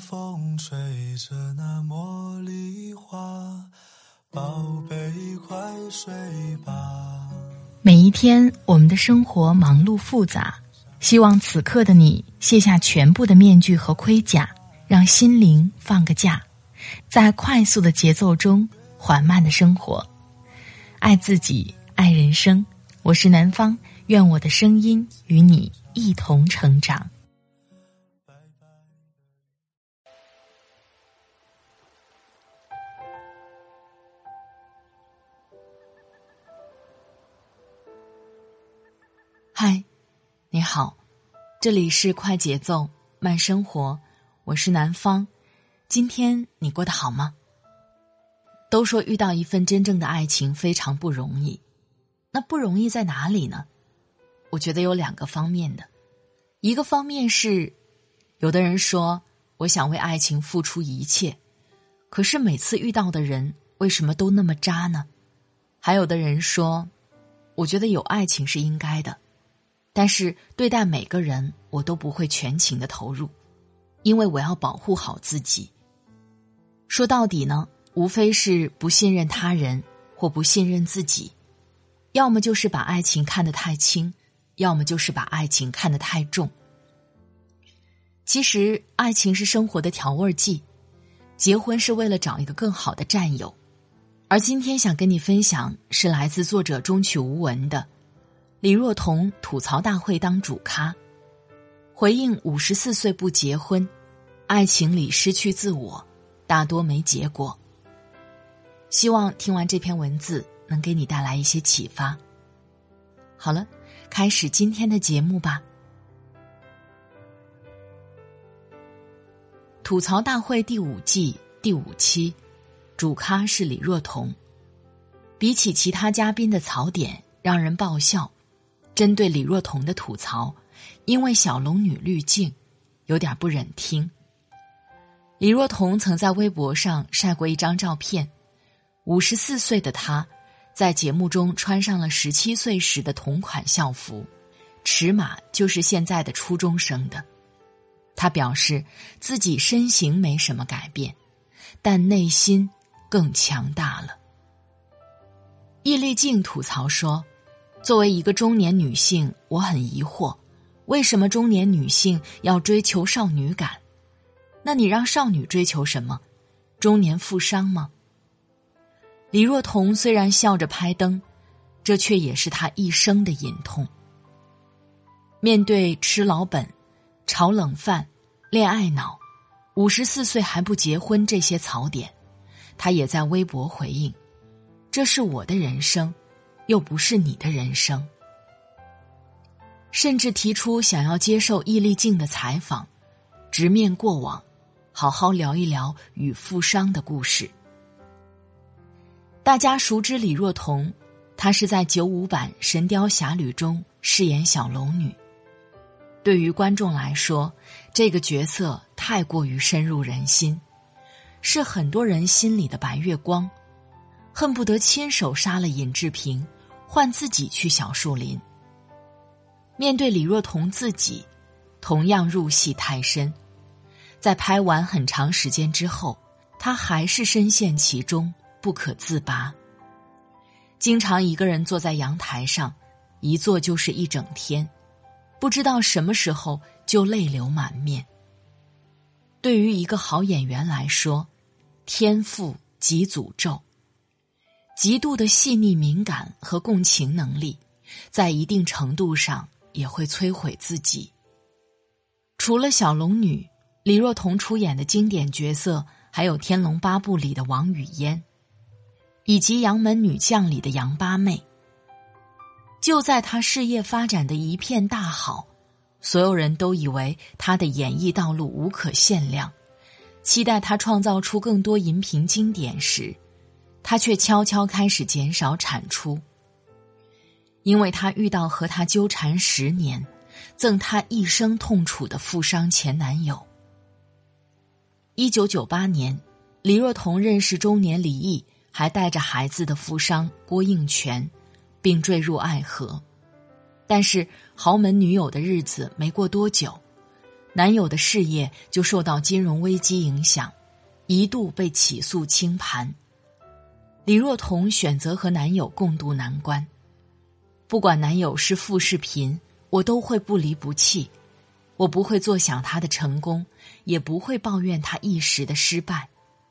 风吹着那茉莉花，宝贝快睡吧。 每一天，我们的生活忙碌复杂，希望此刻的你卸下全部的面具和盔甲，让心灵放个假，在快速的节奏中缓慢的生活，爱自己，爱人生。我是南方，愿我的声音与你一同成长。嗨，你好，这里是快节奏慢生活，我是南方。今天你过得好吗？都说遇到一份真正的爱情非常不容易，那不容易在哪里呢？我觉得有两个方面的。一个方面是，有的人说我想为爱情付出一切，可是每次遇到的人为什么都那么渣呢？还有的人说，我觉得有爱情是应该的，但是对待每个人我都不会全情的投入，因为我要保护好自己。说到底呢，无非是不信任他人或不信任自己，要么就是把爱情看得太轻，要么就是把爱情看得太重。其实爱情是生活的调味剂，结婚是为了找一个更好的战友。而今天想跟你分享是来自作者中曲无闻的李若彤吐槽大会当主咖，回应54岁不结婚，爱情里失去自我，大多没结果。希望听完这篇文字能给你带来一些启发。好了，开始今天的节目吧。吐槽大会第5季第5期，主咖是李若彤。比起其他嘉宾的槽点让人爆笑，针对李若彤的吐槽，因为小龙女滤镜，有点不忍听。李若彤曾在微博上晒过一张照片，54岁的她在节目中穿上了17岁时的同款校服，尺码就是现在的初中生的。她表示自己身形没什么改变，但内心更强大了。易立竞吐槽说，作为一个中年女性，我很疑惑，为什么中年女性要追求少女感？那你让少女追求什么？中年富商吗？李若彤虽然笑着拍灯，这却也是她一生的隐痛。面对吃老本、炒冷饭、恋爱脑、54岁还不结婚这些槽点，她也在微博回应，这是我的人生，又不是你的人生。甚至提出想要接受易立竞的采访，直面过往，好好聊一聊与富商的故事。大家熟知李若彤，她是在95版《神雕侠侣》中饰演小龙女。对于观众来说，这个角色太过于深入人心，是很多人心里的白月光，恨不得亲手杀了尹志平，换自己去小树林。面对李若彤自己，同样入戏太深，在拍完很长时间之后，她还是深陷其中，不可自拔。经常一个人坐在阳台上，一坐就是一整天，不知道什么时候就泪流满面。对于一个好演员来说，天赋即诅咒。极度的细腻敏感和共情能力，在一定程度上也会摧毁自己。除了小龙女，李若彤出演的经典角色还有《天龙八部》里的王语嫣，以及《杨门女将》里的杨八妹。就在她事业发展的一片大好，所有人都以为她的演艺道路无可限量，期待她创造出更多荧屏经典时，她却悄悄开始减少产出。因为她遇到和她纠缠10年，赠她一生痛楚的富商前男友。1998年，李若彤认识中年离异还带着孩子的富商郭应全，并坠入爱河。但是豪门女友的日子没过多久， 男友的事业就受到金融危机影响，一度被起诉清盘。李若彤选择和男友共度难关，不管男友是富是贫，我都会不离不弃，我不会坐享他的成功，也不会抱怨他一时的失败。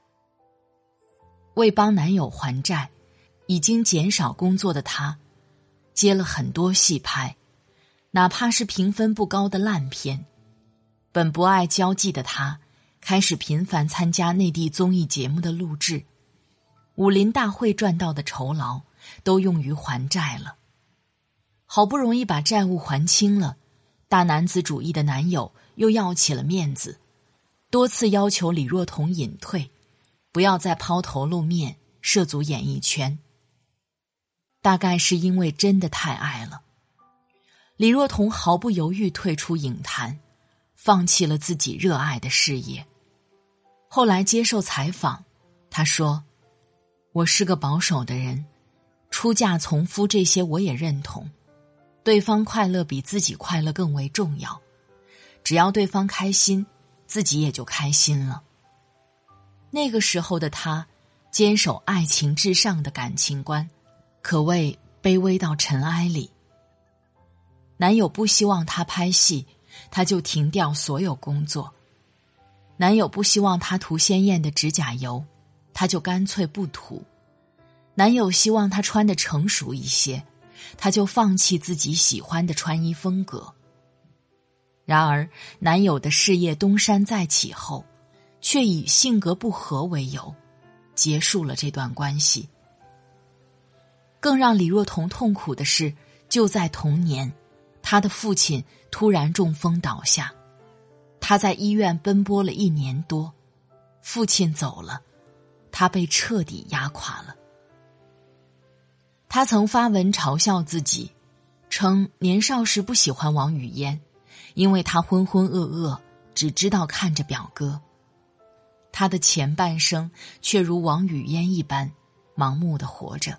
为帮男友还债，已经减少工作的她，接了很多戏拍，哪怕是评分不高的烂片。本不爱交际的她，开始频繁参加内地综艺节目的录制，武林大会赚到的酬劳都用于还债了。好不容易把债务还清了，大男子主义的男友又要起了面子，多次要求李若彤隐退，不要再抛头露面，涉足演艺圈。大概是因为真的太爱了，李若彤毫不犹豫退出影坛，放弃了自己热爱的事业。后来接受采访，她说：“我是个保守的人，出嫁从夫这些我也认同，对方快乐比自己快乐更为重要，只要对方开心，自己也就开心了。”那个时候的她，坚守爱情至上的感情观，可谓卑微到尘埃里。男友不希望她拍戏，她就停掉所有工作；男友不希望她涂鲜艳的指甲油，她就干脆不涂；男友希望她穿得成熟一些，她就放弃自己喜欢的穿衣风格。然而，男友的事业东山再起后，却以性格不合为由，结束了这段关系。更让李若彤痛苦的是，就在同年，她的父亲突然中风倒下，她在医院奔波了1年多，父亲走了，她被彻底压垮了。她曾发文嘲笑自己，称年少时不喜欢王语嫣，因为她浑浑噩噩，只知道看着表哥。她的前半生却如王语嫣一般盲目地活着。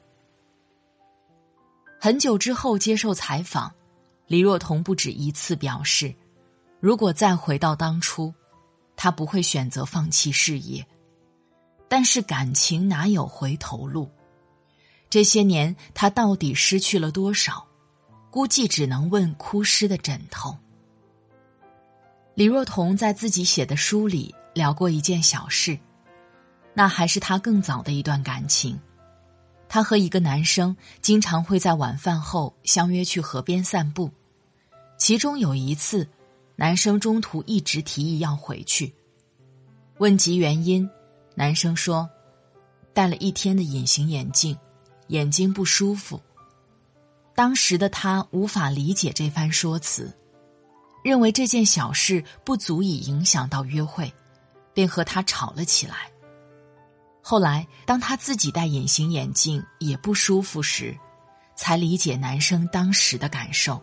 很久之后接受采访，李若彤不止一次表示，如果再回到当初，她不会选择放弃事业。但是感情哪有回头路？这些年她到底失去了多少？估计只能问哭湿的枕头。李若彤在自己写的书里聊过一件小事，那还是她更早的一段感情。她和一个男生经常会在晚饭后相约去河边散步，其中有一次，男生中途一直提议要回去。问及原因，男生说，戴了1天的隐形眼镜，眼睛不舒服。当时的他无法理解这番说辞，认为这件小事不足以影响到约会，便和他吵了起来。后来当他自己戴隐形眼镜也不舒服时，才理解男生当时的感受。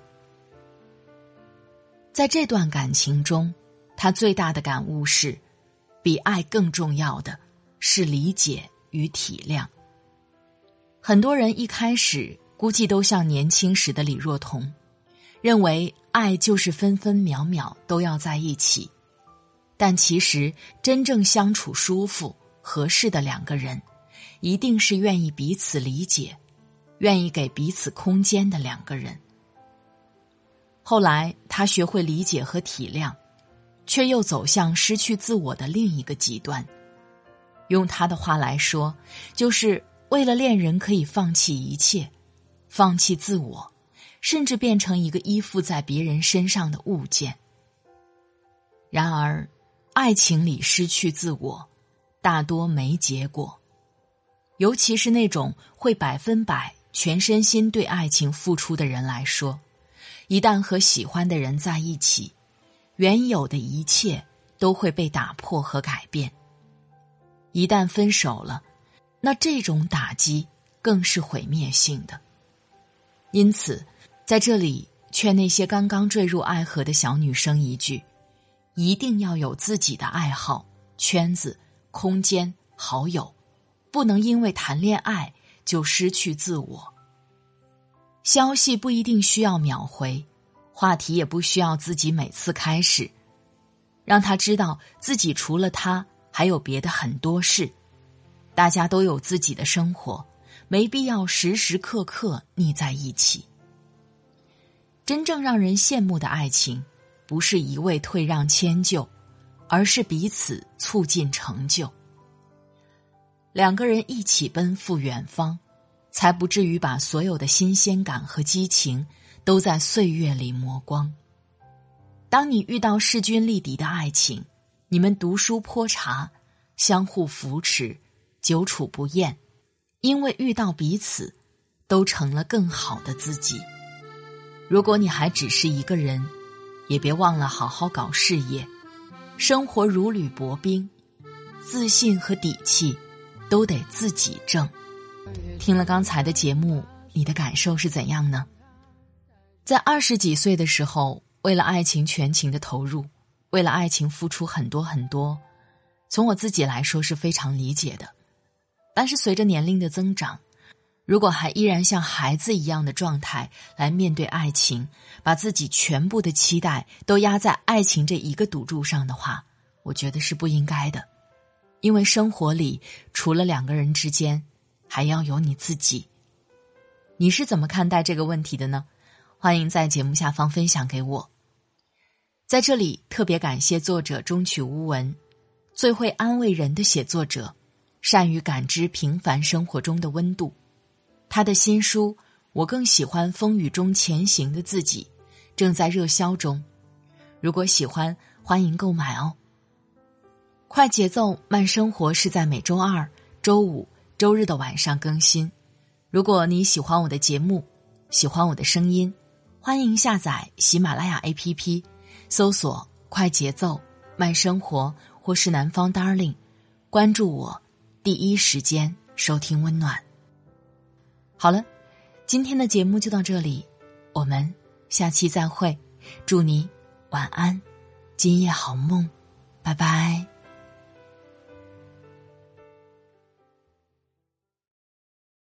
在这段感情中，他最大的感悟是，比爱更重要的是理解与体谅。很多人一开始估计都像年轻时的李若彤，认为爱就是分分秒秒都要在一起，但其实真正相处舒服合适的2个人，一定是愿意彼此理解，愿意给彼此空间的2个人。后来他学会理解和体谅，却又走向失去自我的另一个极端。用他的话来说，就是为了恋人可以放弃一切，放弃自我，甚至变成一个依附在别人身上的物件。然而，爱情里失去自我，大多没结果。尤其是那种会100%全身心对爱情付出的人来说，一旦和喜欢的人在一起，原有的一切都会被打破和改变。一旦分手了，那这种打击更是毁灭性的。因此，在这里劝那些刚刚坠入爱河的小女生一句，一定要有自己的爱好、圈子、空间、好友，不能因为谈恋爱就失去自我。消息不一定需要秒回，话题也不需要自己每次开始， 让他知道自己除了他还有别的很多事。大家都有自己的生活，没必要时时刻刻腻在一起。真正让人羡慕的爱情，不是一味退让迁就，而是彼此促进成就。两个人一起奔赴远方，才不至于把所有的新鲜感和激情都在岁月里磨光。当你遇到势均力敌的爱情，你们读书泼茶，相互扶持，久处不厌，因为遇到彼此，都成了更好的自己。如果你还只是一个人，也别忘了好好搞事业。生活如履薄冰，自信和底气都得自己挣。听了刚才的节目，你的感受是怎样呢？在20几岁的时候，为了爱情全情的投入，为了爱情付出很多很多，从我自己来说是非常理解的。但是随着年龄的增长，如果还依然像孩子一样的状态来面对爱情，把自己全部的期待都压在爱情这一个赌注上的话，我觉得是不应该的。因为生活里除了两个人之间，还要有你自己。你是怎么看待这个问题的呢？欢迎在节目下方分享给我。在这里特别感谢作者中曲无闻，最会安慰人的写作者，善于感知平凡生活中的温度。他的新书《我更喜欢风雨中前行的自己》正在热销中，如果喜欢，欢迎购买哦。快节奏慢生活是在每周2、周5、周日的晚上更新。如果你喜欢我的节目，喜欢我的声音，欢迎下载喜马拉雅 APP， 搜索快节奏慢生活或是南方 Darling， 关注我，第一时间收听温暖。好了，今天的节目就到这里，我们下期再会。祝你晚安，今夜好梦，拜拜。